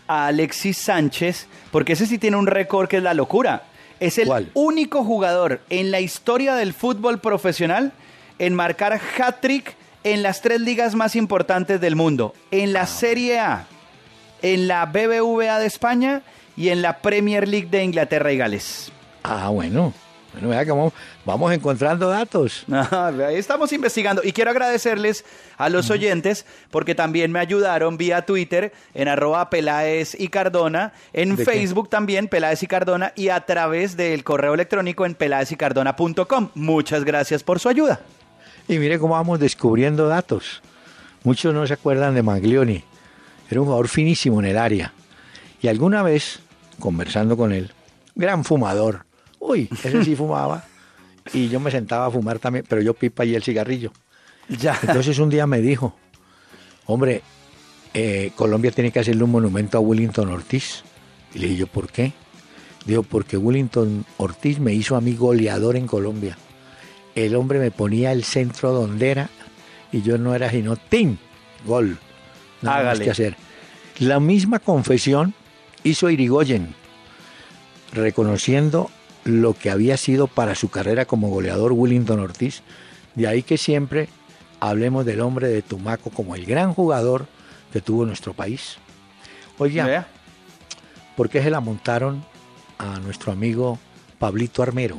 a Alexis Sánchez, porque ese sí tiene un récord que es la locura. Es el ¿Cuál? único jugador en la historia del fútbol profesional en marcar hat-trick en las tres ligas más importantes del mundo. En la Serie A, en la B B V A de España y en la Premier League de Inglaterra y Gales. Ah, bueno. Bueno, vea que vamos, vamos encontrando datos. Ah, ahí estamos investigando y quiero agradecerles a los oyentes porque también me ayudaron vía Twitter en arroba Peláez y Cardona, en ¿De Facebook también Peláez y Cardona y a través del correo electrónico en peláez y cardona punto com. Muchas gracias por su ayuda. Y mire cómo vamos descubriendo datos. Muchos no se acuerdan de Maglioni. Era un jugador finísimo en el área. Y alguna vez, conversando con él, gran fumador. Uy, ese sí fumaba. Y yo me sentaba a fumar también, pero yo pipa y el cigarrillo. Ya. Entonces un día me dijo, hombre, eh, Colombia tiene que hacerle un monumento a Willington Ortiz. Y le dije yo, ¿por qué? Dijo, porque Willington Ortiz me hizo a mí goleador en Colombia. El hombre me ponía el centro donde era y yo no era sino ¡tin! Gol. Nada más Hágale. que hacer. La misma confesión hizo Irigoyen, reconociendo lo que había sido para su carrera como goleador Willington Ortiz. De ahí que siempre hablemos del hombre de Tumaco como el gran jugador que tuvo nuestro país. Oiga, Vea. ¿por qué se la montaron a nuestro amigo Pablito Armero?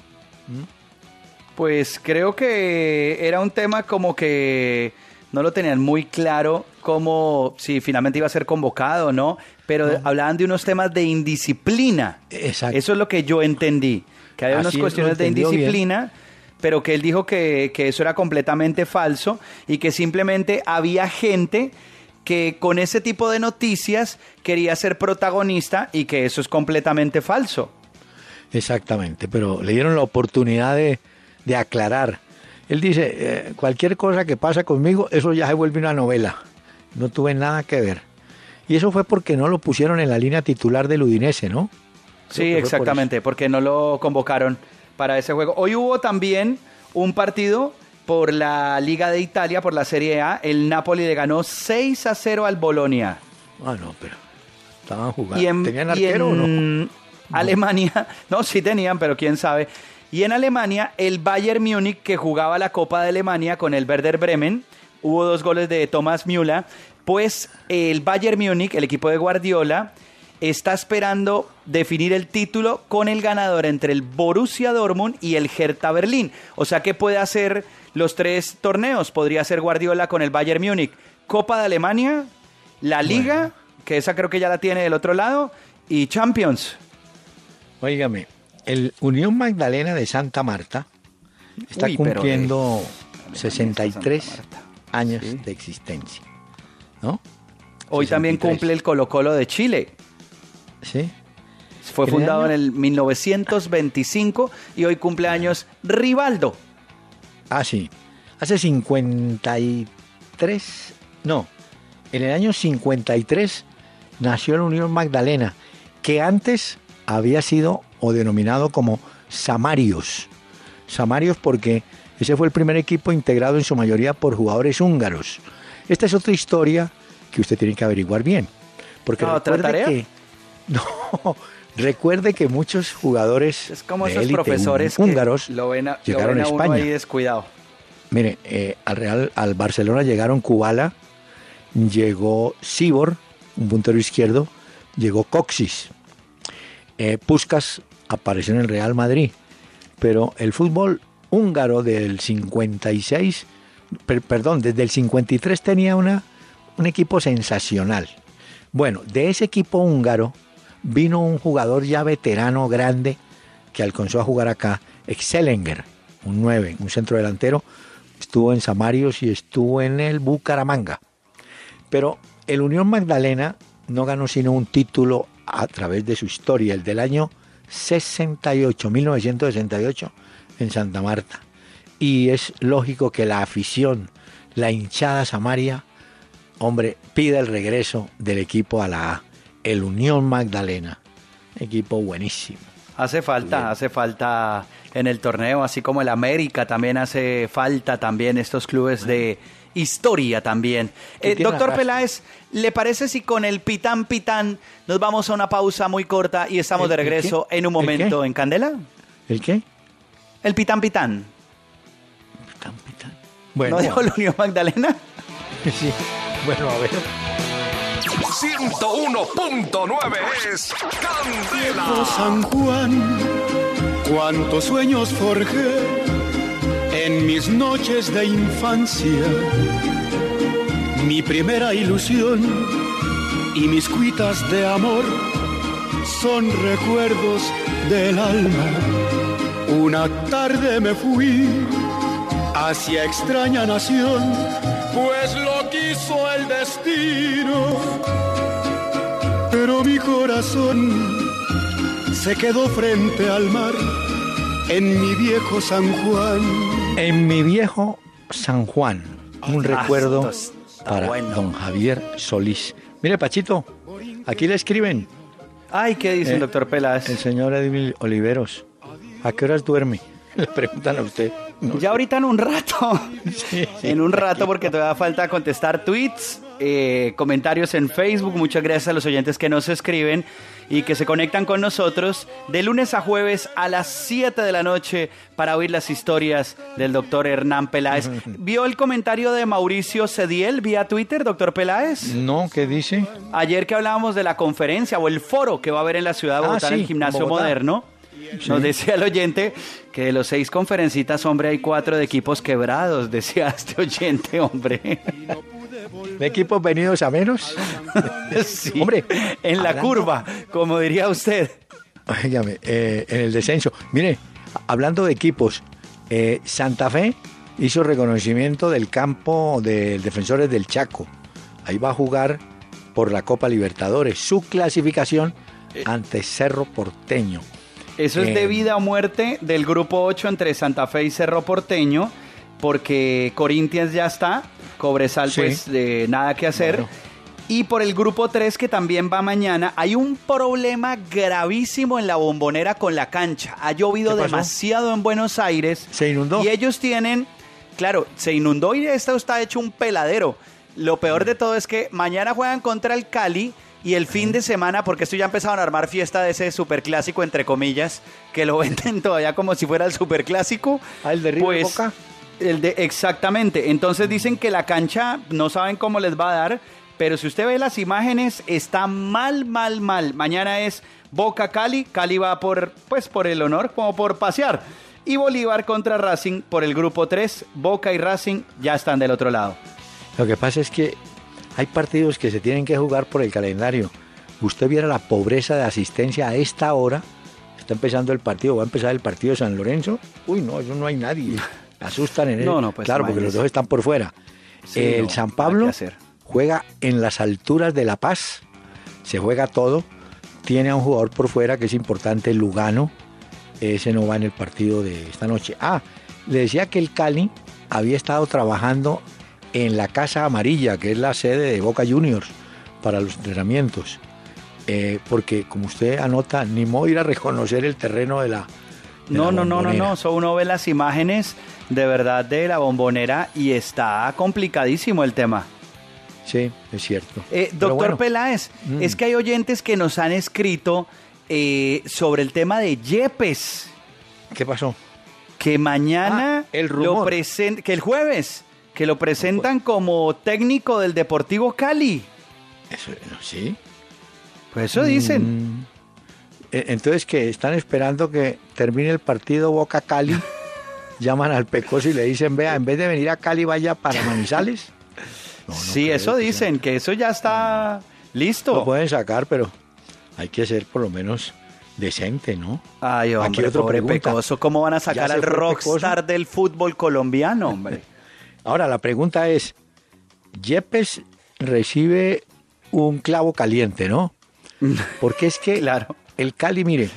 Pues creo que era un tema como que no lo tenían muy claro como si finalmente iba a ser convocado o no, pero No. hablaban de unos temas de indisciplina. Exacto. Eso es lo que yo entendí, que había unas Así cuestiones lo de entendió indisciplina, pero que él dijo que, que eso era completamente falso y que simplemente había gente que con ese tipo de noticias quería ser protagonista y que eso es completamente falso. Exactamente, pero le dieron la oportunidad de, de aclarar. Él dice, eh, cualquier cosa que pasa conmigo, eso ya se vuelve una novela. No tuve nada que ver. Y eso fue porque no lo pusieron en la línea titular del Udinese, ¿no? Creo Sí, que fue por exactamente, porque no lo convocaron para ese juego. Hoy hubo también un partido por la Liga de Italia, por la Serie A. El Napoli le ganó seis a cero al Bolonia. eso. Ah, no, pero estaban jugando. Y en, ¿Tenían y arquero o no? en Alemania, no, sí tenían, pero quién sabe. Y en Alemania, el Bayern Múnich, que jugaba la Copa de Alemania con el Werder Bremen, hubo dos goles de Thomas Müller, pues el Bayern Múnich, el equipo de Guardiola, está esperando definir el título con el ganador entre el Borussia Dortmund y el Hertha Berlín. O sea que puede hacer los tres torneos. Podría ser Guardiola con el Bayern Múnich, Copa de Alemania, la Liga, Bueno. que esa creo que ya la tiene del otro lado, y Champions. Óigame, el Unión Magdalena de Santa Marta está Uy, pero, cumpliendo eh, sesenta y tres Santa Marta. años Sí. de existencia, ¿no? Hoy también sesenta y tres. cumple el Colo-Colo de Chile. Sí. Fue ¿En el fundado año? en el mil novecientos veinticinco y hoy cumple años Rivaldo. Ah, sí. Hace cincuenta y tres, no, en el año cincuenta y tres nació la Unión Magdalena, que antes había sido o denominado como Samarios. Samarios porque ese fue el primer equipo integrado en su mayoría por jugadores húngaros. Esta es otra historia que usted tiene que averiguar bien. Porque Ah, ¿otra recuerde tarea? que no, recuerde que muchos jugadores Es como de esos élite profesores húngaros que lo ven a, lo llegaron ven a a uno España. ahí descuidado. Mire, eh, al Real, al Barcelona llegaron Kubala, llegó Sibor, un puntero izquierdo, llegó Coxis, eh, Puskás apareció en el Real Madrid, pero el fútbol húngaro del cincuenta y seis, per- perdón, desde el cincuenta y tres tenía una, un equipo sensacional. Bueno, de ese equipo húngaro vino un jugador ya veterano, grande, que alcanzó a jugar acá, Excellinger, un nueve, un centro delantero, estuvo en Samarios y estuvo en el Bucaramanga. Pero el Unión Magdalena no ganó sino un título a través de su historia, el del año sesenta y ocho, mil novecientos sesenta y ocho, en Santa Marta. Y es lógico que la afición, la hinchada samaria, hombre, pida el regreso del equipo a la A, el Unión Magdalena. Equipo buenísimo. Hace falta, Bien. hace falta en el torneo, así como el América también hace falta también estos clubes de historia también. Que Eh, tiene doctor arrastre. Peláez, ¿le parece si con el pitán pitán nos vamos a una pausa muy corta y estamos ¿El- de el regreso qué? en un ¿El momento qué? en Candela? ¿El qué? El pitán pitán. Pitán, pitán. Bueno, ¿No dijo la Unión Magdalena? sí. Bueno, a ver. ciento uno punto nueve es Candela. Oh, San Juan, cuántos sueños forjé en mis noches de infancia. Mi primera ilusión y mis cuitas de amor son recuerdos del alma. Una tarde me fui hacia extraña nación, pues lo quiso el destino. Pero mi corazón se quedó frente al mar en mi viejo San Juan. En mi viejo San Juan, un Ah, recuerdo esto está para bueno. don Javier Solís. Mire, Pachito, aquí le escriben Ay, ¿qué dice el Eh, doctor Peláez? el señor Edwin Oliveros. ¿A qué horas duerme? Le preguntan a usted. No Ya ahorita en un rato, Sí, sí. en un rato porque todavía falta contestar tweets, eh, comentarios en Facebook. Muchas gracias a los oyentes que nos escriben y que se conectan con nosotros de lunes a jueves a las siete de la noche para oír las historias del doctor Hernán Peláez. ¿Vio el comentario de Mauricio Cediel vía Twitter, doctor Peláez? No, ¿qué dice? Ayer que hablábamos de la conferencia o el foro que va a haber en la ciudad de Ah, Bogotá, en sí, el gimnasio Bogotá. moderno, nos decía el oyente que de los seis conferencistas, hombre, hay cuatro de equipos quebrados, decía este oyente, hombre. ¿De equipos venidos a menos? Sí, Hombre, en la hablando- curva, como diría usted. Óigame, eh, en el descenso. Mire, hablando de equipos, eh, Santa Fe hizo reconocimiento del campo de Defensores del Chaco. Ahí va a jugar por la Copa Libertadores. Su clasificación ante Cerro Porteño. Eso es Eh, de vida o muerte del grupo ocho entre Santa Fe y Cerro Porteño, porque Corinthians ya está, Cobresal Sí. pues de nada que hacer. Bueno. Y por el grupo tres que también va mañana, hay un problema gravísimo en la Bombonera con la cancha. Ha llovido ¿Qué pasó? demasiado en Buenos Aires. ¿Se inundó? Y ellos tienen, claro, se inundó y esto está hecho un peladero. Lo peor de todo es que mañana juegan contra el Cali y el fin de semana, porque esto ya empezaron a armar fiesta de ese superclásico, entre comillas, que lo venden todavía como si fuera el superclásico. Ah, el de River Pues, Boca. el de, exactamente. Entonces dicen que la cancha no saben cómo les va a dar, pero si usted ve las imágenes, está mal, mal, mal. Mañana es Boca Cali. Cali va por, pues, por el honor, como por pasear. Y Bolívar contra Racing por el grupo tres. Boca y Racing ya están del otro lado. Lo que pasa es que hay partidos que se tienen que jugar por el calendario. Usted viera la pobreza de asistencia a esta hora. Está empezando el partido, va a empezar el partido de San Lorenzo. Uy, no, eso no hay nadie. Asustan en él. No, no, pues, claro, porque los imagínese. dos están por fuera. Sí, el no, San nada Pablo que hacer. juega en las alturas de La Paz. Se juega todo. Tiene a un jugador por fuera que es importante, Lugano. Ese no va en el partido de esta noche. Ah, le decía que el Cali había estado trabajando en la Casa Amarilla, que es la sede de Boca Juniors, para los entrenamientos. Eh, porque, como usted anota, ni modo ir a reconocer el terreno de la. de No, la no, no, no, Bombonera. no. So, uno ve las imágenes de verdad de la Bombonera y está complicadísimo el tema. Sí, es cierto. Eh, Pero doctor bueno, Peláez, Mm. es que hay oyentes que nos han escrito eh, sobre el tema de Yepes, ¿qué pasó? que mañana Ah, el lo rumor. presen- que el jueves, que lo presentan como técnico del Deportivo Cali. Eso, no, sí. Pues eso dicen. Mm. Eh, Entonces, que están esperando que termine el partido Boca Cali, llaman al Pecoso y le dicen, vea, en vez de venir a Cali, vaya para Manizales. No, no sí, creo eso que dicen, que eso ya está listo. Lo pueden sacar, pero hay que ser por lo menos decente, ¿no? Ay, Aquí hombre, otro pobre pregunta. Pecoso, ¿cómo van a ¿Ya sacar se al fue rockstar del fútbol colombiano, hombre? Ahora, la pregunta es, Yepes recibe un clavo caliente, ¿no? Porque es que Claro. el Cali, mire,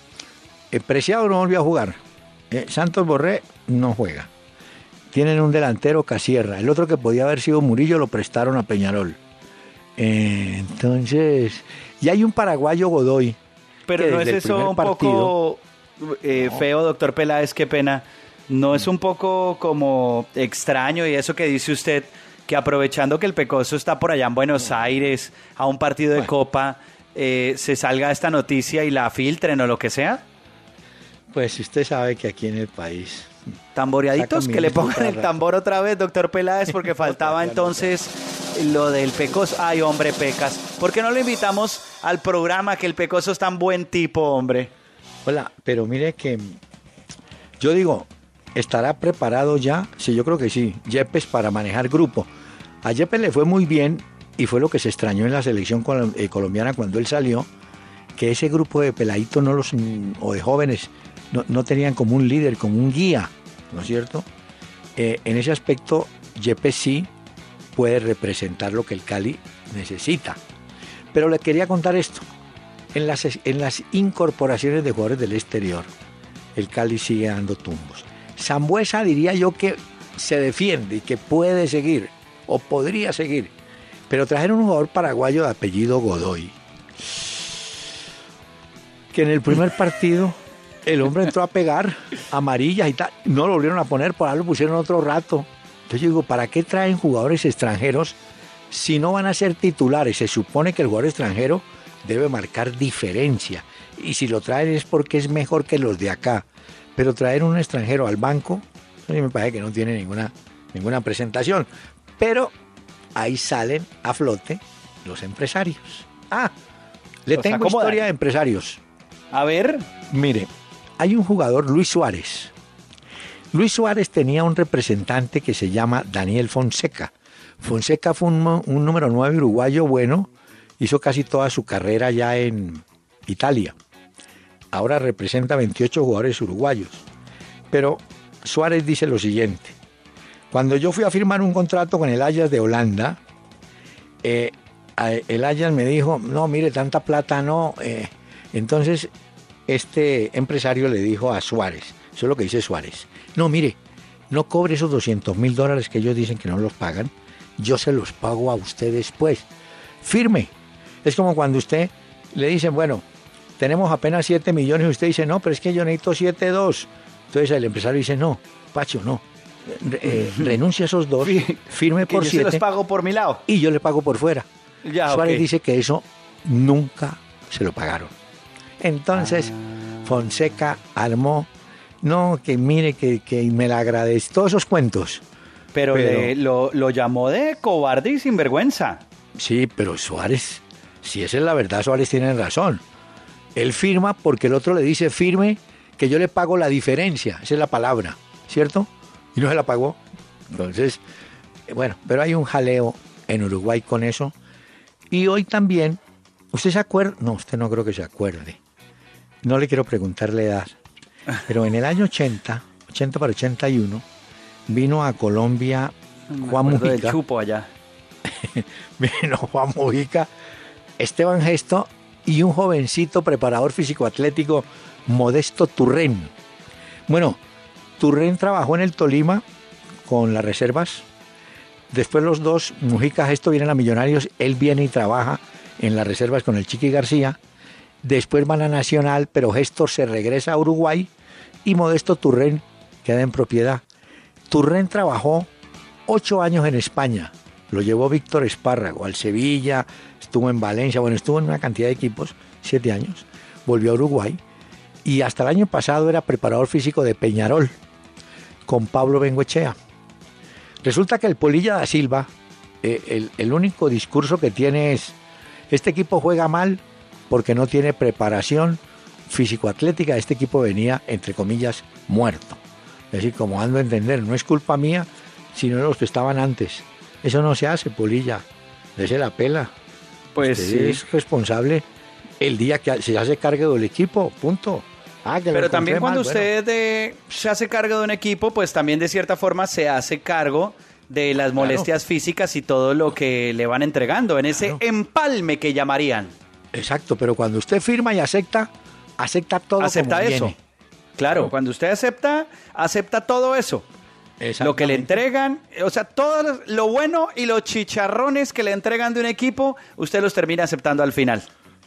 el Preciado no volvió a jugar, eh, Santos Borré no juega, tienen un delantero Casierra, el otro que podía haber sido Murillo lo prestaron a Peñarol. Eh, entonces, y hay un paraguayo Godoy Pero que no es desde el eso primer un partido- poco eh, feo, doctor Peláez, qué pena. ¿No es un poco como extraño y eso que dice usted, que aprovechando que el Pecoso está por allá en Buenos Aires, a un partido de Bueno. Copa, eh, se salga esta noticia y la filtren o lo que sea? Pues usted sabe que aquí en el país... Tamboreaditos, Sacan que le minutos pongan cada el rato. tambor otra vez, doctor Peláez, porque faltaba Ya no entonces lo del Pecoso. Ay, hombre, Pecas, ¿por qué no lo invitamos al programa, que el Pecoso es tan buen tipo, hombre? Hola, pero mire que yo digo, ¿estará preparado ya? Sí, yo creo que sí, Yepes para manejar grupo. A Yepes le fue muy bien y fue lo que se extrañó en la selección col- eh, colombiana cuando él salió, que ese grupo de peladitos no los, mm, o de jóvenes no, no tenían como un líder, como un guía, ¿no es cierto? Eh, en ese aspecto, Yepes sí puede representar lo que el Cali necesita. Pero le quería contar esto. En las, en las incorporaciones de jugadores del exterior, el Cali sigue dando tumbos. Sambuesa diría yo que se defiende y que puede seguir, o podría seguir. Pero trajeron un jugador paraguayo de apellido Godoy, que en el primer partido el hombre entró a pegar amarillas y tal. No lo volvieron a poner, por ahí lo pusieron otro rato. Entonces yo digo, ¿para qué traen jugadores extranjeros si no van a ser titulares? Se supone que el jugador extranjero debe marcar diferencia. Y si lo traen es porque es mejor que los de acá. Pero traer un extranjero al banco, a mí me parece que no tiene ninguna, ninguna presentación. Pero ahí salen a flote los empresarios. Ah, le Los tengo acomodan. historia de empresarios. A ver, Mire, hay un jugador, Luis Suárez. Luis Suárez tenía un representante que se llama Daniel Fonseca. Fonseca fue un, mo- un número nueve uruguayo bueno, hizo casi toda su carrera ya en Italia. Ahora representa veintiocho jugadores uruguayos. Pero Suárez dice lo siguiente: cuando yo fui a firmar un contrato con el Ajax de Holanda, eh, a- el Ajax me dijo, no, mire, tanta plata no. eh". Entonces, este empresario le dijo a Suárez, eso es lo que dice Suárez, no, mire, no cobre esos doscientos mil dólares que ellos dicen que no los pagan, yo se los pago a usted después. Firme. Es como cuando usted le dicen, bueno, tenemos apenas siete millones y usted dice, no, pero es que yo necesito siete dos. Entonces el empresario dice, no, Pacho, no. Re- eh, renuncia a esos dos, firme que por yo se los siete pago por mi lado. y yo le pago por fuera. Ya, Suárez ok. dice que eso nunca se lo pagaron. Entonces, Ah. Fonseca armó, no, que mire, que, que me la agradece, todos esos cuentos. Pero, Pero- le- lo, lo llamó de cobarde y sinvergüenza. Sí, pero Suárez, si esa es la verdad, Suárez tiene razón. Él firma porque el otro le dice, firme, que yo le pago la diferencia, esa es la palabra, ¿cierto? Y no se la pagó. Entonces, eh, bueno, pero hay un jaleo en Uruguay con eso. Y hoy también, ¿usted se acuerda? No, usted no creo que se acuerde. No le quiero preguntar la edad. Pero en el año ochenta, ochenta para ochenta y uno, vino a Colombia Me Juan acuerdo del Mujica. chupo allá. Vino Juan Mujica, Esteban Gesto y un jovencito preparador físico-atlético, Modesto Turrén. Bueno, Turrén trabajó en el Tolima con las reservas. Después los dos, Mujica, Gesto, vienen a Millonarios. Él viene y trabaja en las reservas con el Chiqui García. Después van a Nacional, pero Gesto se regresa a Uruguay y Modesto Turrén queda en propiedad. Turrén trabajó ocho años en España. Lo llevó Víctor Espárrago al Sevilla, estuvo en Valencia, bueno, estuvo en una cantidad de equipos, siete años. Volvió a Uruguay y hasta el año pasado era preparador físico de Peñarol con Pablo Bengoechea. Resulta que el Polilla da Silva, eh, el, el único discurso que tiene es, este equipo juega mal porque no tiene preparación físico-atlética, este equipo venía, entre comillas, muerto. Es decir, como dando a entender, no es culpa mía, sino de los que estaban antes. Eso no se hace, Polilla. Dese la pela. Pues Usted sí. es responsable el día que se hace cargo del equipo, punto. Ah, que lo Pero encontré también cuando mal, bueno. usted eh, se hace cargo de un equipo, pues también de cierta forma se hace cargo de las molestias físicas y todo lo que le van entregando en ese Claro. empalme que llamarían. Exacto, pero cuando usted firma y acepta, acepta todo Acepta como eso. viene. Claro, cuando usted acepta, acepta todo eso. Lo que le Exactamente. entregan, o sea, todo los- lo bueno y los chicharrones que le entregan de un equipo, usted los termina aceptando al final.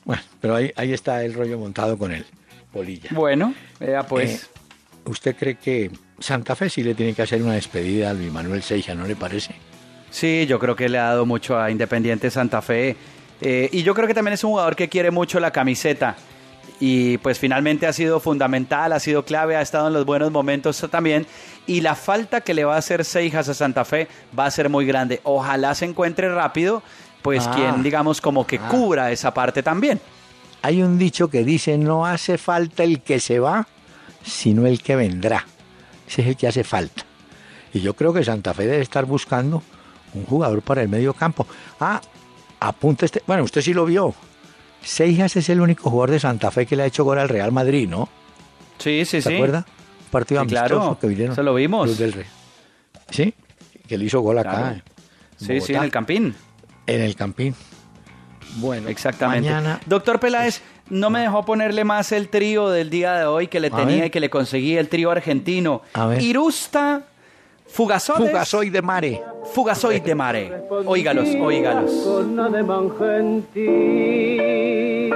Bueno, pero ahí, ahí está el rollo montado con él, Polilla. Bueno, vea pues. Eh, ¿Usted cree que Santa Fe sí le tiene que hacer una despedida a Luis Manuel Seija, no le parece? Sí, yo creo que le ha dado mucho a Independiente Santa Fe. Eh, y yo creo que también es un jugador que quiere mucho la camiseta. Y pues finalmente ha sido fundamental, ha sido clave, ha estado en los buenos momentos también. Y la falta que le va a hacer Seijas a Santa Fe va a ser muy grande. Ojalá se encuentre rápido, pues Ah. quien, digamos, como que Ah. cubra esa parte también. Hay un dicho que dice, no hace falta el que se va, sino el que vendrá. Ese es el que hace falta. Y yo creo que Santa Fe debe estar buscando un jugador para el medio campo. Ah, apunta este. Bueno, usted sí lo vio. Seijas es el único jugador de Santa Fe que le ha hecho gol al Real Madrid, ¿no? Sí, sí, ¿Se sí. acuerda? Un partido Sí, amistoso claro. que vinieron. Eso lo vimos. los del Rey. Sí, que le hizo gol acá. Claro. en Sí, sí, Bogotá, en el Campín. En el Campín. Bueno, Exactamente. mañana. Doctor Peláez, no me dejó ponerle más el trío del día de hoy que le A tenía ver. y que le conseguí, el trío argentino. A ver. Irusta, Fugasoides, Fugasoid de Mare. Fugasoid de Mare. Óigalos, óigalos. Con ademán gentil.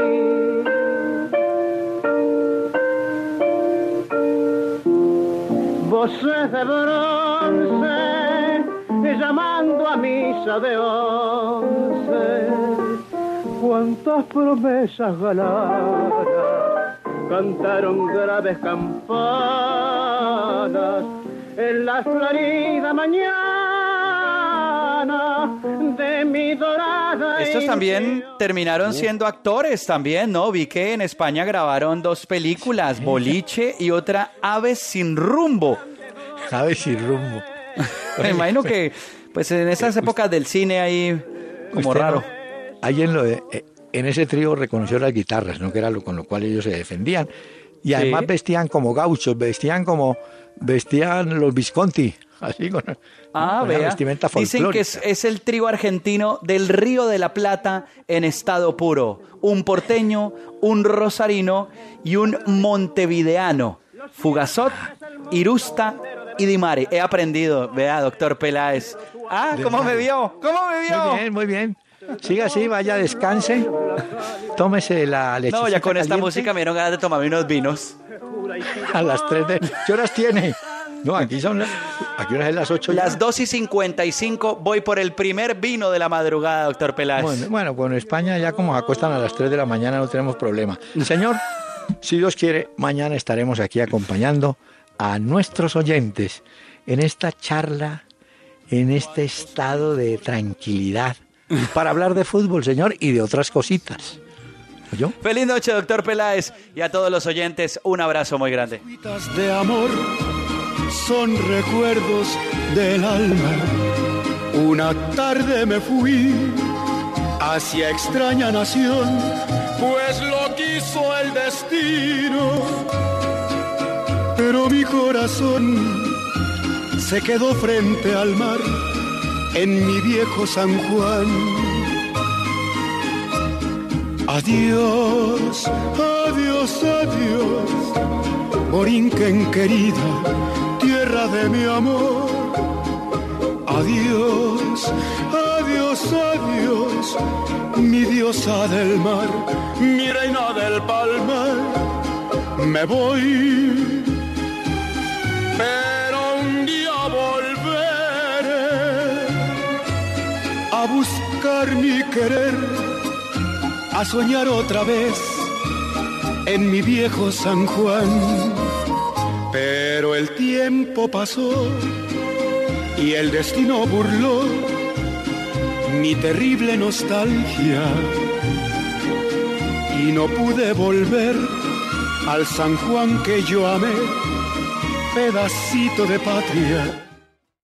Voces de bronce llamando a misa de once. Cuántas promesas galanas cantaron graves campanas en la florida mañana de mi dorada. Estos también ilusión. terminaron siendo actores también, ¿no? Vi que en España grabaron dos películas, Boliche y otra Aves sin rumbo. Sabes si rumbo. Me imagino que, pues en esas épocas del cine ahí, como Usted no- raro. Ahí en, lo de- eh, en ese trío reconoció las guitarras, ¿no? Que era lo con lo cual ellos se defendían. Y además Sí. vestían como gauchos, vestían como vestían los Visconti, así con, Ah, con esa vea. vestimenta Dicen que folclórica. es, es el trío argentino del Río de la Plata en estado puro. Un porteño, un rosarino y un montevideano. Fugazot, Irusta y Di Mare. He aprendido, vea, doctor Peláez. Ah, ¿cómo me vio? ¿Cómo me vio? Muy bien, muy bien. Siga así, vaya, descanse. Tómese la leche. No, ya con esta música me dieron ganas de tomarme unos vinos. A las tres de... ¿Qué horas tiene? No, aquí son las... Aquí horas es las ocho ya. Las dos y cincuenta y cinco voy por el primer vino de la madrugada, doctor Peláez. Bueno, bueno, pues en España ya como se acuestan a las tres de la mañana no tenemos problema. Señor, si Dios quiere, mañana estaremos aquí acompañando a nuestros oyentes en esta charla, en este estado de tranquilidad, para hablar de fútbol, señor, y de otras cositas. ¿Oyó? Feliz noche, doctor Peláez, y a todos los oyentes, un abrazo muy grande. Gotitas de amor son recuerdos del alma. Una tarde me fui hacia extraña nación, pues lo quiso el destino. Pero mi corazón se quedó frente al mar en mi viejo San Juan. Adiós, adiós, adiós, Borinquen querida, tierra de mi amor. Adiós, adiós, adiós, mi diosa del mar, mi reina del palmar. Me voy, pero un día volveré a buscar mi querer, a soñar otra vez en mi viejo San Juan. Pero el tiempo pasó y el destino burló mi terrible nostalgia y no pude volver al San Juan que yo amé, pedacito de patria.